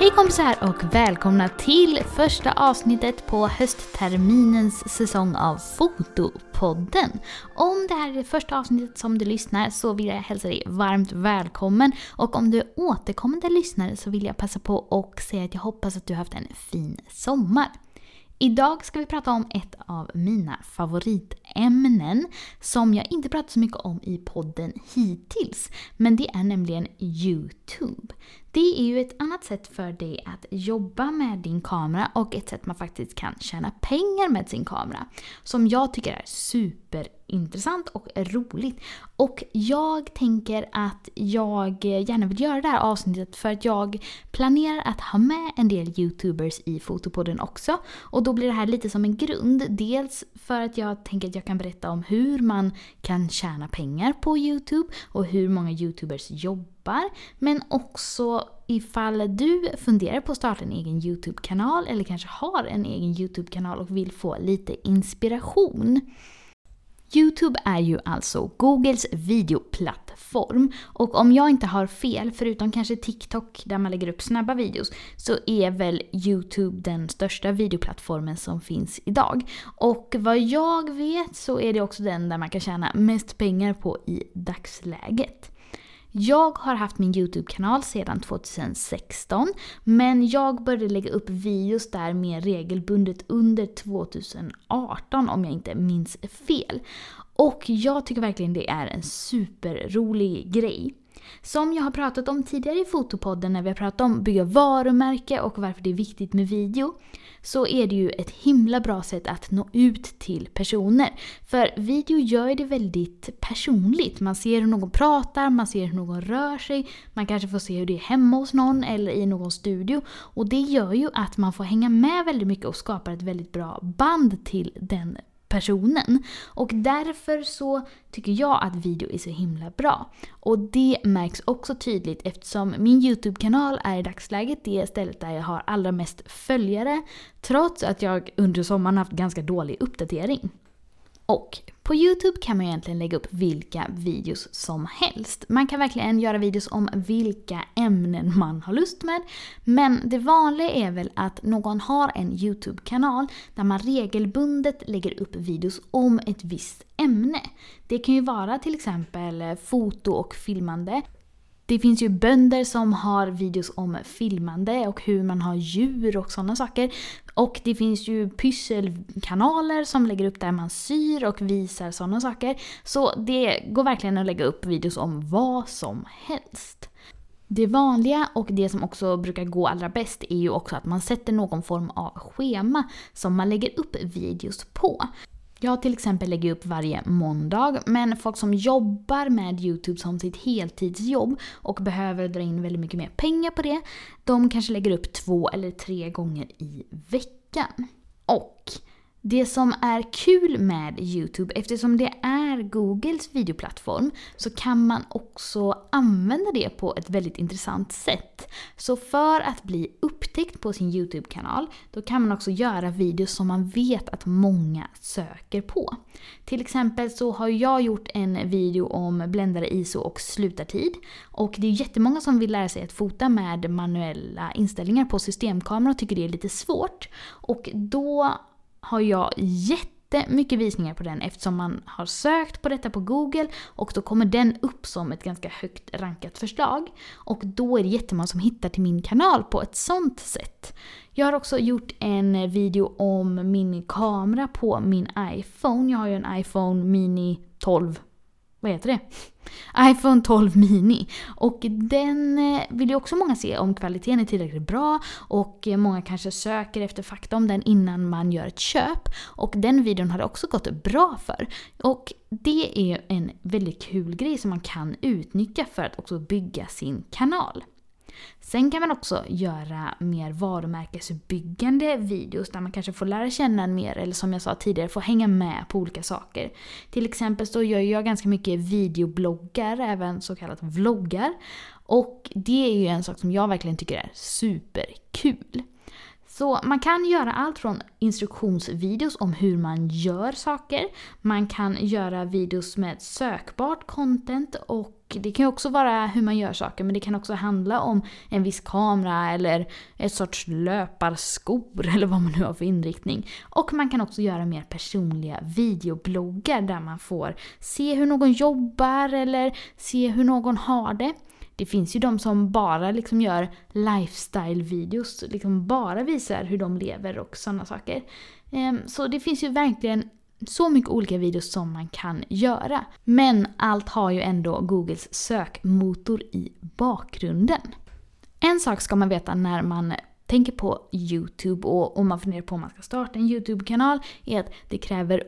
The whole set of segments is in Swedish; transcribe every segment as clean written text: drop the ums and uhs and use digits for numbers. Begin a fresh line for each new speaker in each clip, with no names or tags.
Hej kompisar och välkomna till första avsnittet på höstterminens säsong av Fotopodden. Om det här är det första avsnittet som du lyssnar så vill jag hälsa dig varmt välkommen. Och om du är återkommande lyssnare så vill jag passa på och säga att jag hoppas att du har haft en fin sommar. Idag ska vi prata om ett av mina favoritämnen som jag inte pratat så mycket om i podden hittills. Men det är nämligen YouTube. Det är ju ett annat sätt för dig att jobba med din kamera och ett sätt man faktiskt kan tjäna pengar med sin kamera. Som jag tycker är superintressant och roligt. Och jag tänker att jag gärna vill göra det här avsnittet för att jag planerar att ha med en del YouTubers i Fotopodden också. Och då blir det här lite som en grund. Dels för att jag tänker att jag kan berätta om hur man kan tjäna pengar på YouTube och hur många YouTubers jobbar. Men också ifall du funderar på att starta en egen YouTube-kanal eller kanske har en egen YouTube-kanal och vill få lite inspiration. YouTube är ju alltså Googles videoplattform och om jag inte har fel, förutom kanske TikTok där man lägger upp snabba videos, så är väl YouTube den största videoplattformen som finns idag. Och vad jag vet så är det också den där man kan tjäna mest pengar på i dagsläget. Jag har haft min YouTube-kanal sedan 2016, men jag började lägga upp videos där mer regelbundet under 2018 om jag inte minns fel. Och jag tycker verkligen det är en superrolig grej. Som jag har pratat om tidigare i Fotopodden när vi har pratat om bygga varumärke och varför det är viktigt med video, så är det ju ett himla bra sätt att nå ut till personer. För video gör det väldigt personligt. Man ser hur någon pratar, man ser hur någon rör sig, man kanske får se hur det är hemma hos någon eller i någon studio. Och det gör ju att man får hänga med väldigt mycket och skapar ett väldigt bra band till den personen. Och därför så tycker jag att video är så himla bra. Och det märks också tydligt eftersom min YouTube-kanal är i dagsläget det stället där jag har allra mest följare, trots att jag under sommaren haft ganska dålig uppdatering. Och på YouTube kan man egentligen lägga upp vilka videos som helst. Man kan verkligen göra videos om vilka ämnen man har lust med. Men det vanliga är väl att någon har en YouTube-kanal där man regelbundet lägger upp videos om ett visst ämne. Det kan ju vara till exempel foto och filmande. Det finns ju bönder som har videos om filmande och hur man har djur och sådana saker. Och det finns ju pysselkanaler som lägger upp där man syr och visar sådana saker. Så det går verkligen att lägga upp videos om vad som helst. Det vanliga och det som också brukar gå allra bäst är ju också att man sätter någon form av schema som man lägger upp videos på. Jag till exempel lägger upp varje måndag, men folk som jobbar med YouTube som sitt heltidsjobb och behöver dra in väldigt mycket mer pengar på det, de kanske lägger upp 2 eller 3 gånger i veckan. Och det som är kul med YouTube, eftersom det är Googles videoplattform, så kan man också använda det på ett väldigt intressant sätt. Så för att bli upptäckt på sin YouTube-kanal, då kan man också göra videos som man vet att många söker på. Till exempel så har jag gjort en video om bländare, ISO och slutartid. Och det är jättemånga som vill lära sig att fota med manuella inställningar på systemkamera och tycker det är lite svårt. Och då har jag jättemycket visningar på den eftersom man har sökt på detta på Google och då kommer den upp som ett ganska högt rankat förslag. Och då är det jättemånga som hittar till min kanal på ett sånt sätt. Jag har också gjort en video om min kamera på min iPhone. Jag har ju en iPhone Mini 12. Vad heter det? iPhone 12 mini. Och den vill ju också många se om kvaliteten är tillräckligt bra. Och många kanske söker efter fakta om den innan man gör ett köp. Och den videon har det också gått bra för. Och det är en väldigt kul grej som man kan utnyttja för att också bygga sin kanal. Sen kan man också göra mer varumärkesbyggande videos där man kanske får lära känna en mer, eller som jag sa tidigare, få hänga med på olika saker. Till exempel så gör jag ganska mycket videobloggar, även så kallat vloggar. Och det är ju en sak som jag verkligen tycker är superkul. Så man kan göra allt från instruktionsvideos om hur man gör saker. Man kan göra videos med sökbart content och det kan ju också vara hur man gör saker, men det kan också handla om en viss kamera eller ett sorts löparskor eller vad man nu har för inriktning. Och man kan också göra mer personliga videobloggar där man får se hur någon jobbar eller se hur någon har det. Det finns ju de som bara liksom gör lifestyle-videos, liksom bara visar hur de lever och sådana saker. Så det finns ju verkligen så mycket olika videos som man kan göra. Men allt har ju ändå Googles sökmotor i bakgrunden. En sak ska man veta när man tänker på YouTube och om man funderar på om man ska starta en YouTube-kanal är att det kräver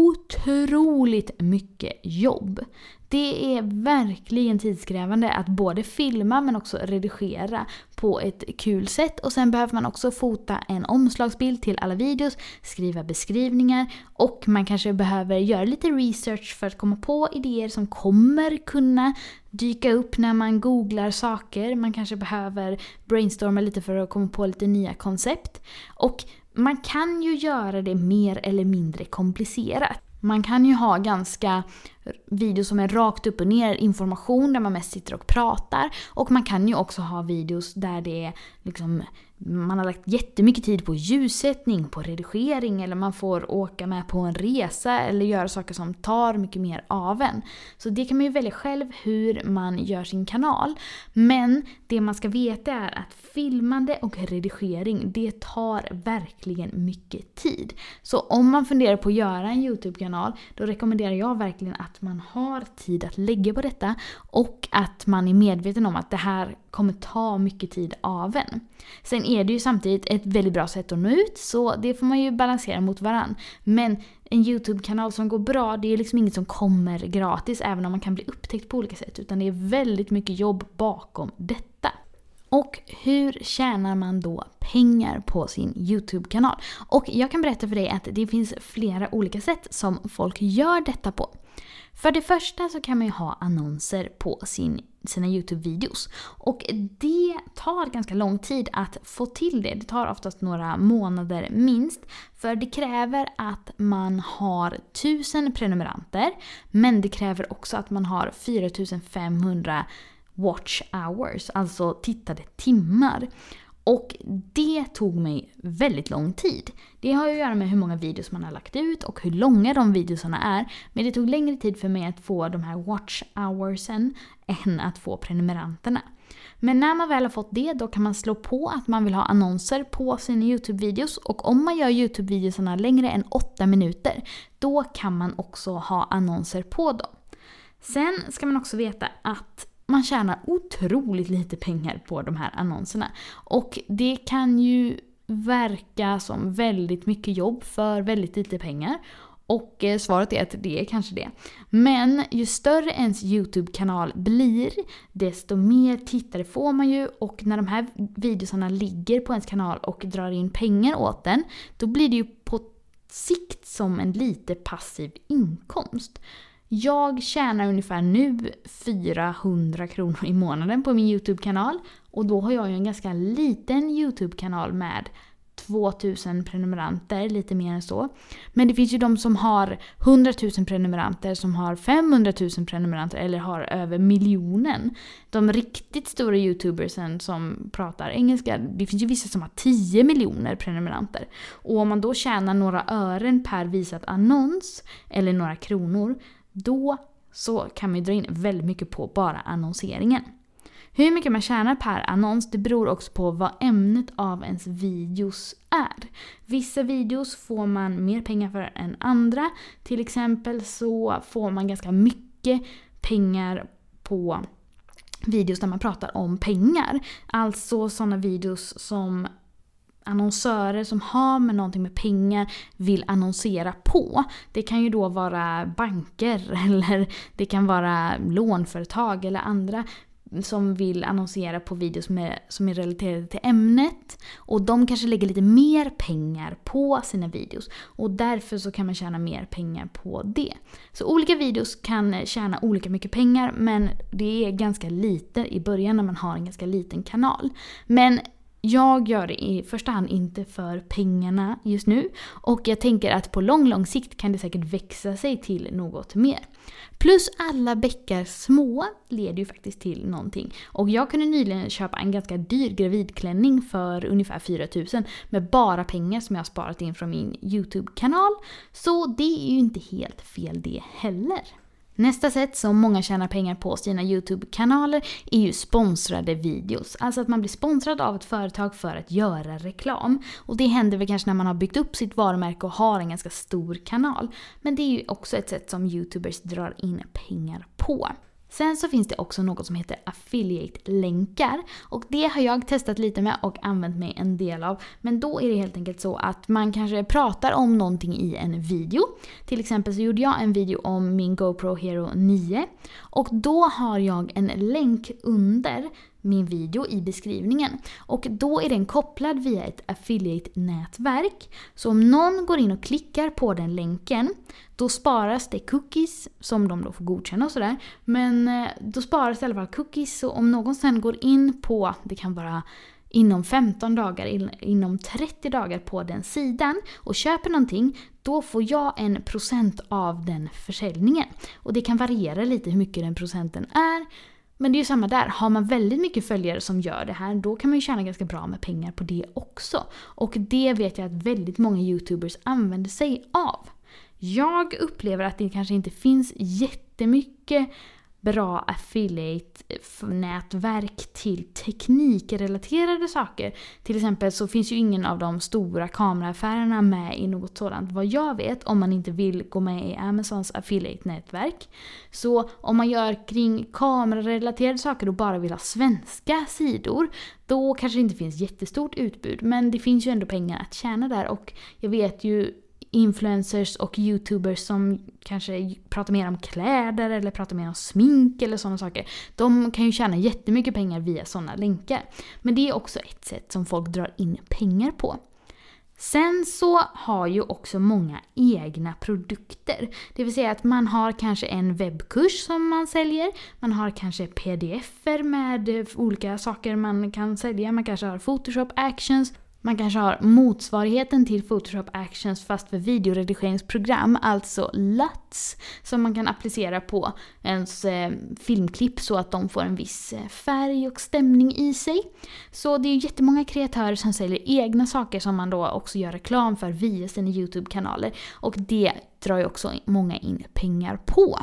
otroligt mycket jobb. Det är verkligen tidskrävande att både filma men också redigera på ett kul sätt. Och sen behöver man också fota en omslagsbild till alla videos, skriva beskrivningar och man kanske behöver göra lite research för att komma på idéer som kommer kunna dyka upp när man googlar saker. Man kanske behöver brainstorma lite för att komma på lite nya koncept. Och man kan ju göra det mer eller mindre komplicerat. Man kan ju ha ganska videos som är rakt upp och ner information där man mest sitter och pratar. Och man kan ju också ha videos där det är liksom, man har lagt jättemycket tid på ljussättning, på redigering eller man får åka med på en resa eller göra saker som tar mycket mer av en. Så det kan man ju välja själv hur man gör sin kanal. Men det man ska veta är att filmande och redigering, det tar verkligen mycket tid. Så om man funderar på att göra en YouTube-kanal, då rekommenderar jag verkligen att man har tid att lägga på detta och att man är medveten om att det här kommer ta mycket tid av en. Sen är det ju samtidigt ett väldigt bra sätt att nå ut, så det får man ju balansera mot varann. Men en YouTube-kanal som går bra, det är liksom inget som kommer gratis även om man kan bli upptäckt på olika sätt, utan det är väldigt mycket jobb bakom detta. Och hur tjänar man då pengar på sin YouTube-kanal? Och jag kan berätta för dig att det finns flera olika sätt som folk gör detta på. För det första så kan man ju ha annonser på sina YouTube-videos. Och det tar ganska lång tid att få till det. Det tar oftast några månader minst. För det kräver att man har 1000 prenumeranter. Men det kräver också att man har 4500 watch hours, alltså tittade timmar. Och det tog mig väldigt lång tid. Det har ju att göra med hur många videos man har lagt ut och hur långa de videorna är. Men det tog längre tid för mig att få de här watch hoursen än att få prenumeranterna. Men när man väl har fått det, då kan man slå på att man vill ha annonser på sina YouTube-videos. Och om man gör YouTube-videorna längre än 8 minuter, då kan man också ha annonser på dem. Sen ska man också veta att man tjänar otroligt lite pengar på de här annonserna. Och det kan ju verka som väldigt mycket jobb för väldigt lite pengar. Och svaret är att det är kanske det. Men ju större ens YouTube-kanal blir, desto mer tittare får man ju. Och när de här videorna ligger på ens kanal och drar in pengar åt den, då blir det ju på sikt som en lite passiv inkomst. Jag tjänar ungefär nu 400 kronor i månaden på min YouTube-kanal. Och då har jag ju en ganska liten YouTube-kanal med 2000 prenumeranter, lite mer än så. Men det finns ju de som har 100 000 prenumeranter, som har 500 000 prenumeranter eller har över miljonen. De riktigt stora YouTubersen som pratar engelska, det finns ju vissa som har 10 miljoner prenumeranter. Och om man då tjänar några ören per visat annons eller några kronor, då så kan man ju dra in väldigt mycket på bara annonseringen. Hur mycket man tjänar per annons, det beror också på vad ämnet av ens videos är. Vissa videos får man mer pengar för än andra. Till exempel så får man ganska mycket pengar på videos där man pratar om pengar. Alltså sådana videos som annonsörer som har med någonting med pengar vill annonsera på. Det kan ju då vara banker eller det kan vara lånföretag eller andra som vill annonsera på videos som är relaterade till ämnet. Och de kanske lägger lite mer pengar på sina videos. Och därför så kan man tjäna mer pengar på det. Så olika videos kan tjäna olika mycket pengar, men det är ganska lite i början när man har en ganska liten kanal. Men jag gör det i första hand inte för pengarna just nu. Och jag tänker att på lång sikt kan det säkert växa sig till något mer. Plus alla bäckar små leder ju faktiskt till någonting. Och jag kunde nyligen köpa en ganska dyr gravidklänning för ungefär 4 000 med bara pengar som jag har sparat in från min YouTube-kanal. Så det är ju inte helt fel det heller. Nästa sätt som många tjänar pengar på sina YouTube-kanaler är ju sponsrade videos. Alltså att man blir sponsrad av ett företag för att göra reklam. Och det händer väl kanske när man har byggt upp sitt varumärke och har en ganska stor kanal. Men det är ju också ett sätt som YouTubers drar in pengar på. Sen så finns det också något som heter affiliate-länkar och det har jag testat lite med och använt mig en del av. Men då är det helt enkelt så att man kanske pratar om någonting i en video. Till exempel så gjorde jag en video om min GoPro Hero 9 och då har jag en länk under min video i beskrivningen. Och då är den kopplad via ett affiliate-nätverk. Så om någon går in och klickar på den länken, då sparas det cookies som de då får godkänna och sådär. Men då sparas i alla fall cookies, så om någon sen går in på, det kan vara inom 15 dagar, inom 30 dagar på den sidan och köper någonting, då får jag 1% av den försäljningen. Och det kan variera lite hur mycket den procenten är. Men det är ju samma där. Har man väldigt mycket följare som gör det här, då kan man ju tjäna ganska bra med pengar på det också. Och det vet jag att väldigt många YouTubers använder sig av. Jag upplever att det kanske inte finns jättemycket bra affiliate-nätverk till teknikrelaterade saker. Till exempel så finns ju ingen av de stora kameraaffärerna med i något sådant vad jag vet, om man inte vill gå med i Amazons affiliate-nätverk. Så om man gör kring kamerarelaterade saker och bara vill ha svenska sidor, då kanske det inte finns jättestort utbud. Men det finns ju ändå pengar att tjäna där, och jag vet ju influencers och YouTubers som kanske pratar mer om kläder eller pratar mer om smink eller sådana saker. De kan ju tjäna jättemycket pengar via sådana länkar. Men det är också ett sätt som folk drar in pengar på. Sen så har ju också många egna produkter. Det vill säga att man har kanske en webbkurs som man säljer. Man har kanske pdf-er med olika saker man kan sälja. Man kanske har Photoshop Actions. Man kanske har motsvarigheten till Photoshop Actions fast för videoredigeringsprogram, alltså LUTs, som man kan applicera på ens filmklipp så att de får en viss färg och stämning i sig. Så det är jättemånga kreatörer som säljer egna saker som man då också gör reklam för via sina YouTube-kanaler, och det drar ju också många in pengar på.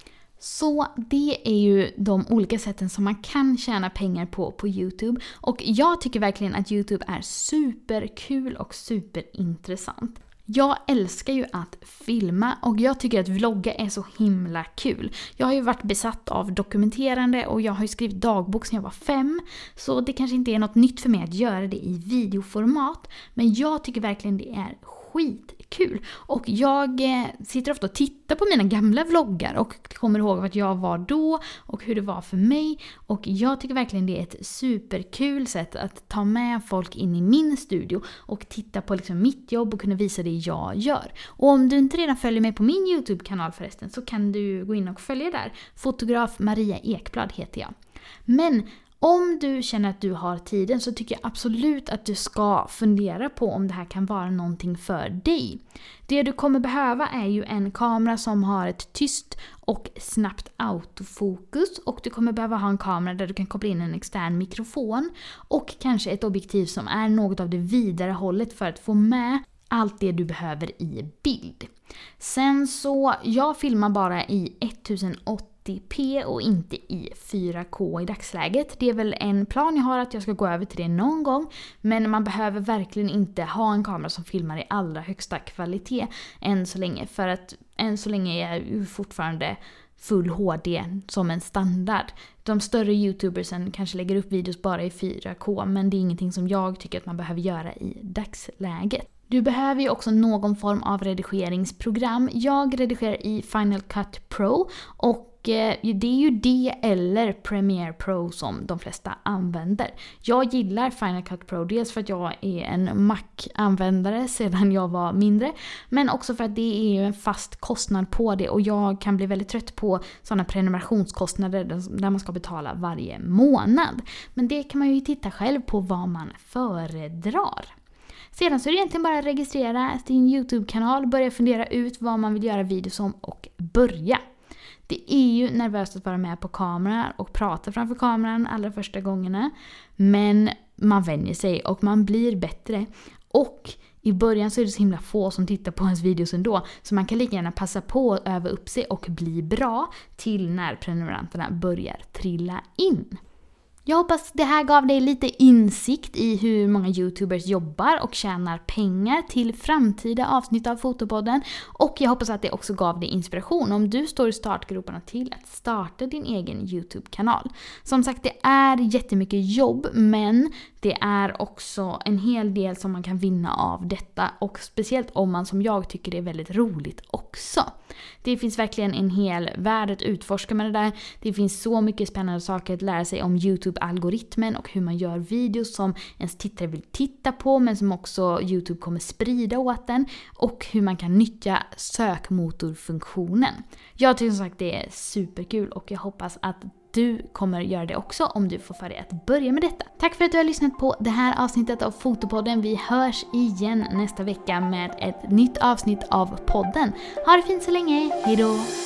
Så det är ju de olika sätten som man kan tjäna pengar på YouTube. Och jag tycker verkligen att YouTube är superkul och superintressant. Jag älskar ju att filma och jag tycker att vlogga är så himla kul. Jag har ju varit besatt av dokumenterande och jag har ju skrivit dagbok sedan jag var 5. Så det kanske inte är något nytt för mig att göra det i videoformat. Men jag tycker verkligen det är skitkul. Och jag sitter ofta och tittar på mina gamla vloggar och kommer ihåg vad jag var då och hur det var för mig. Och jag tycker verkligen det är ett superkul sätt att ta med folk in i min studio och titta på liksom mitt jobb och kunna visa det jag gör. Och om du inte redan följer mig på min YouTube-kanal förresten, så kan du gå in och följa där. Fotograf Maria Ekblad heter jag. Men om du känner att du har tiden, så tycker jag absolut att du ska fundera på om det här kan vara någonting för dig. Det du kommer behöva är ju en kamera som har ett tyst och snabbt autofokus, och du kommer behöva ha en kamera där du kan koppla in en extern mikrofon och kanske ett objektiv som är något av det vidare hållet för att få med allt det du behöver i bild. Sen så, jag filmar bara i 1080p och inte i 4K i dagsläget. Det är väl en plan jag har att jag ska gå över till det någon gång. Men man behöver verkligen inte ha en kamera som filmar i allra högsta kvalitet än så länge. För att än så länge är jag fortfarande full HD som en standard. De större YouTubersen kanske lägger upp videos bara i 4K, men det är ingenting som jag tycker att man behöver göra i dagsläget. Du behöver ju också någon form av redigeringsprogram. Jag redigerar i Final Cut Pro och det är ju det eller Premiere Pro som de flesta använder. Jag gillar Final Cut Pro dels för att jag är en Mac-användare sedan jag var mindre, men också för att det är ju en fast kostnad på det och jag kan bli väldigt trött på sådana prenumerationskostnader där man ska betala varje månad. Men det kan man ju titta själv på vad man föredrar. Sedan så är det egentligen bara att registrera sin YouTube-kanal, börja fundera ut vad man vill göra videos om och börja. Det är ju nervöst att vara med på kameran och prata framför kameran allra första gångerna. Men man vänjer sig och man blir bättre. Och i början så är det så himla få som tittar på ens videos ändå. Så man kan lika gärna passa på att öva upp sig och bli bra till när prenumeranterna börjar trilla in. Jag hoppas det här gav dig lite insikt i hur många YouTubers jobbar och tjänar pengar till framtida avsnitt av Fotopodden. Och jag hoppas att det också gav dig inspiration om du står i startgroparna till att starta din egen YouTube-kanal. Som sagt, det är jättemycket jobb, men det är också en hel del som man kan vinna av detta. Och speciellt om man som jag tycker det är väldigt roligt också. Det finns verkligen en hel värld att utforska med det där. Det finns så mycket spännande saker att lära sig om YouTube-algoritmen och hur man gör videos som ens tittare vill titta på men som också YouTube kommer sprida åt den. Och hur man kan nyttja sökmotorfunktionen. Jag tycker som sagt det är superkul och jag hoppas att du kommer göra det också om du får för dig att börja med detta. Tack för att du har lyssnat på det här avsnittet av Fotopodden. Vi hörs igen nästa vecka med ett nytt avsnitt av podden. Ha det fint så länge. Hej då!